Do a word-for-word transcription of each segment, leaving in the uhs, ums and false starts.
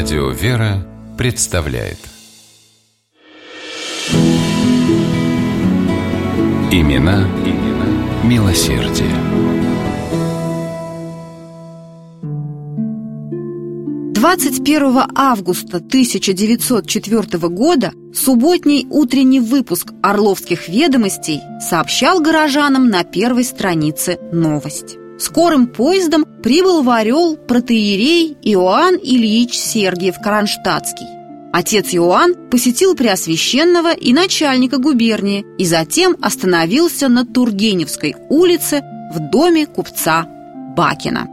Радио «Вера» представляет Имена, имена милосердия. двадцать первого августа тысяча девятьсот четвёртого года субботний утренний выпуск «Орловских ведомостей» сообщал горожанам на первой странице новость. Скорым поездом прибыл в Орел протоиерей Иоанн Ильич Сергиев Кронштадтский. Отец Иоанн посетил Преосвященного и начальника губернии и затем остановился на Тургеневской улице в доме купца Бакина.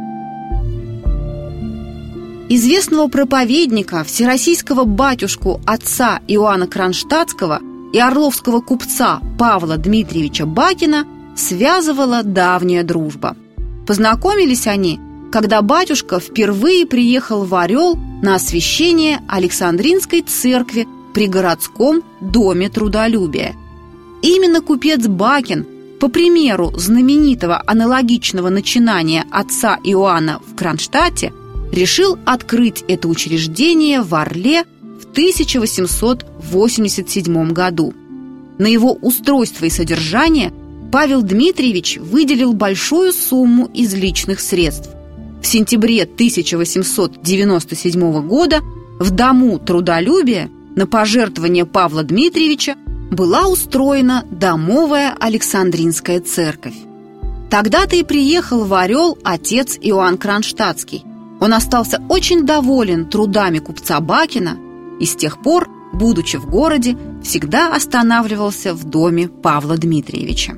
Известного проповедника, всероссийского батюшку отца Иоанна Кронштадтского и орловского купца Павла Дмитриевича Бакина связывала давняя дружба. Познакомились они, когда батюшка впервые приехал в Орел на освящение Александринской церкви при городском доме трудолюбия. Именно купец Бакин, по примеру знаменитого аналогичного начинания отца Иоанна в Кронштадте, решил открыть это учреждение в Орле в тысяча восемьсот восемьдесят седьмом году. На его устройство и содержание Павел Дмитриевич выделил большую сумму из личных средств. В сентябре тысяча восемьсот девяносто седьмого года в Дому трудолюбия на пожертвование Павла Дмитриевича была устроена домовая Александринская церковь. Тогда-то и приехал в Орел отец Иоанн Кронштадтский. Он остался очень доволен трудами купца Бакина и с тех пор, будучи в городе, всегда останавливался в доме Павла Дмитриевича.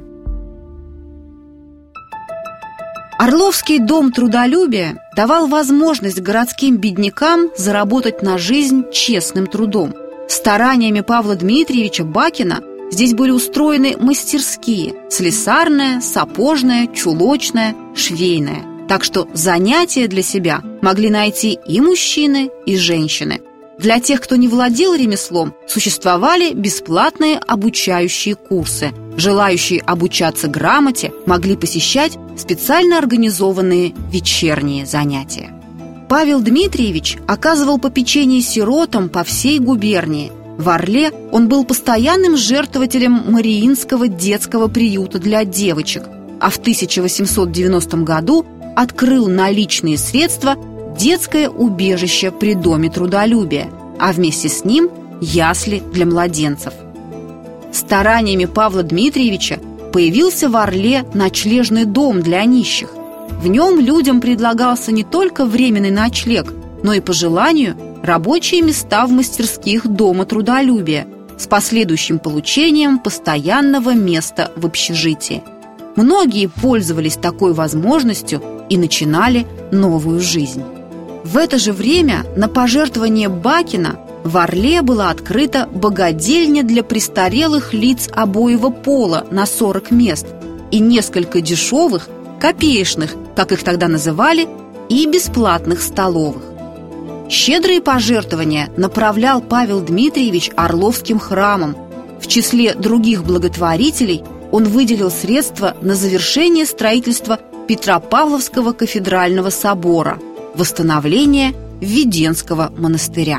Орловский дом трудолюбия давал возможность городским беднякам заработать на жизнь честным трудом. Стараниями Павла Дмитриевича Бакина здесь были устроены мастерские – слесарная, сапожная, чулочная, швейная. Так что занятия для себя могли найти и мужчины, и женщины. Для тех, кто не владел ремеслом, существовали бесплатные обучающие курсы. Желающие обучаться грамоте могли посещать специально организованные вечерние занятия. Павел Дмитриевич оказывал попечение сиротам по всей губернии. В Орле он был постоянным жертвователем Мариинского детского приюта для девочек, а в тысяча восемьсот девяностом году открыл на личные средства детское убежище при Доме трудолюбия, а вместе с ним ясли для младенцев. Стараниями Павла Дмитриевича появился в Орле ночлежный дом для нищих. В нем людям предлагался не только временный ночлег, но и по желанию рабочие места в мастерских Дома трудолюбия с последующим получением постоянного места в общежитии. Многие пользовались такой возможностью и начинали новую жизнь. В это же время на пожертвование Бакина в Орле была открыта богадельня для престарелых лиц обоего пола на сорок мест и несколько дешевых, копеечных, как их тогда называли, и бесплатных столовых. Щедрые пожертвования направлял Павел Дмитриевич Орловским храмам. В числе других благотворителей он выделил средства на завершение строительства Петропавловского кафедрального собора, восстановление Введенского монастыря.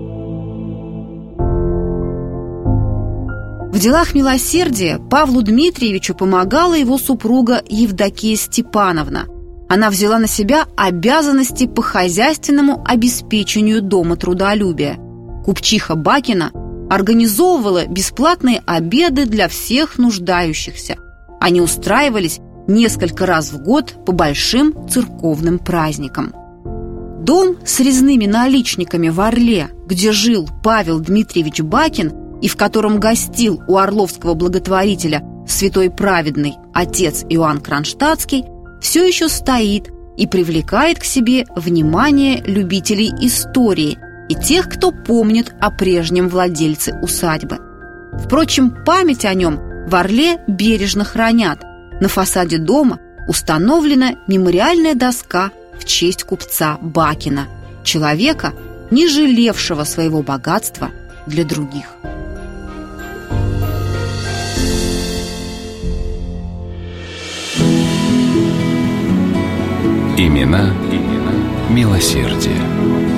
В делах милосердия Павлу Дмитриевичу помогала его супруга Евдокия Степановна. Она взяла на себя обязанности по хозяйственному обеспечению Дома трудолюбия. Купчиха Бакина организовывала бесплатные обеды для всех нуждающихся. Они устраивались несколько раз в год по большим церковным праздникам. Дом с резными наличниками в Орле, где жил Павел Дмитриевич Бакин и в котором гостил у орловского благотворителя святой праведный отец Иоанн Кронштадтский, все еще стоит и привлекает к себе внимание любителей истории и тех, кто помнит о прежнем владельце усадьбы. Впрочем, память о нем в Орле бережно хранят. На фасаде дома установлена мемориальная доска в честь купца Бакина, человека, не жалевшего своего богатства для других. Имена, имена милосердия.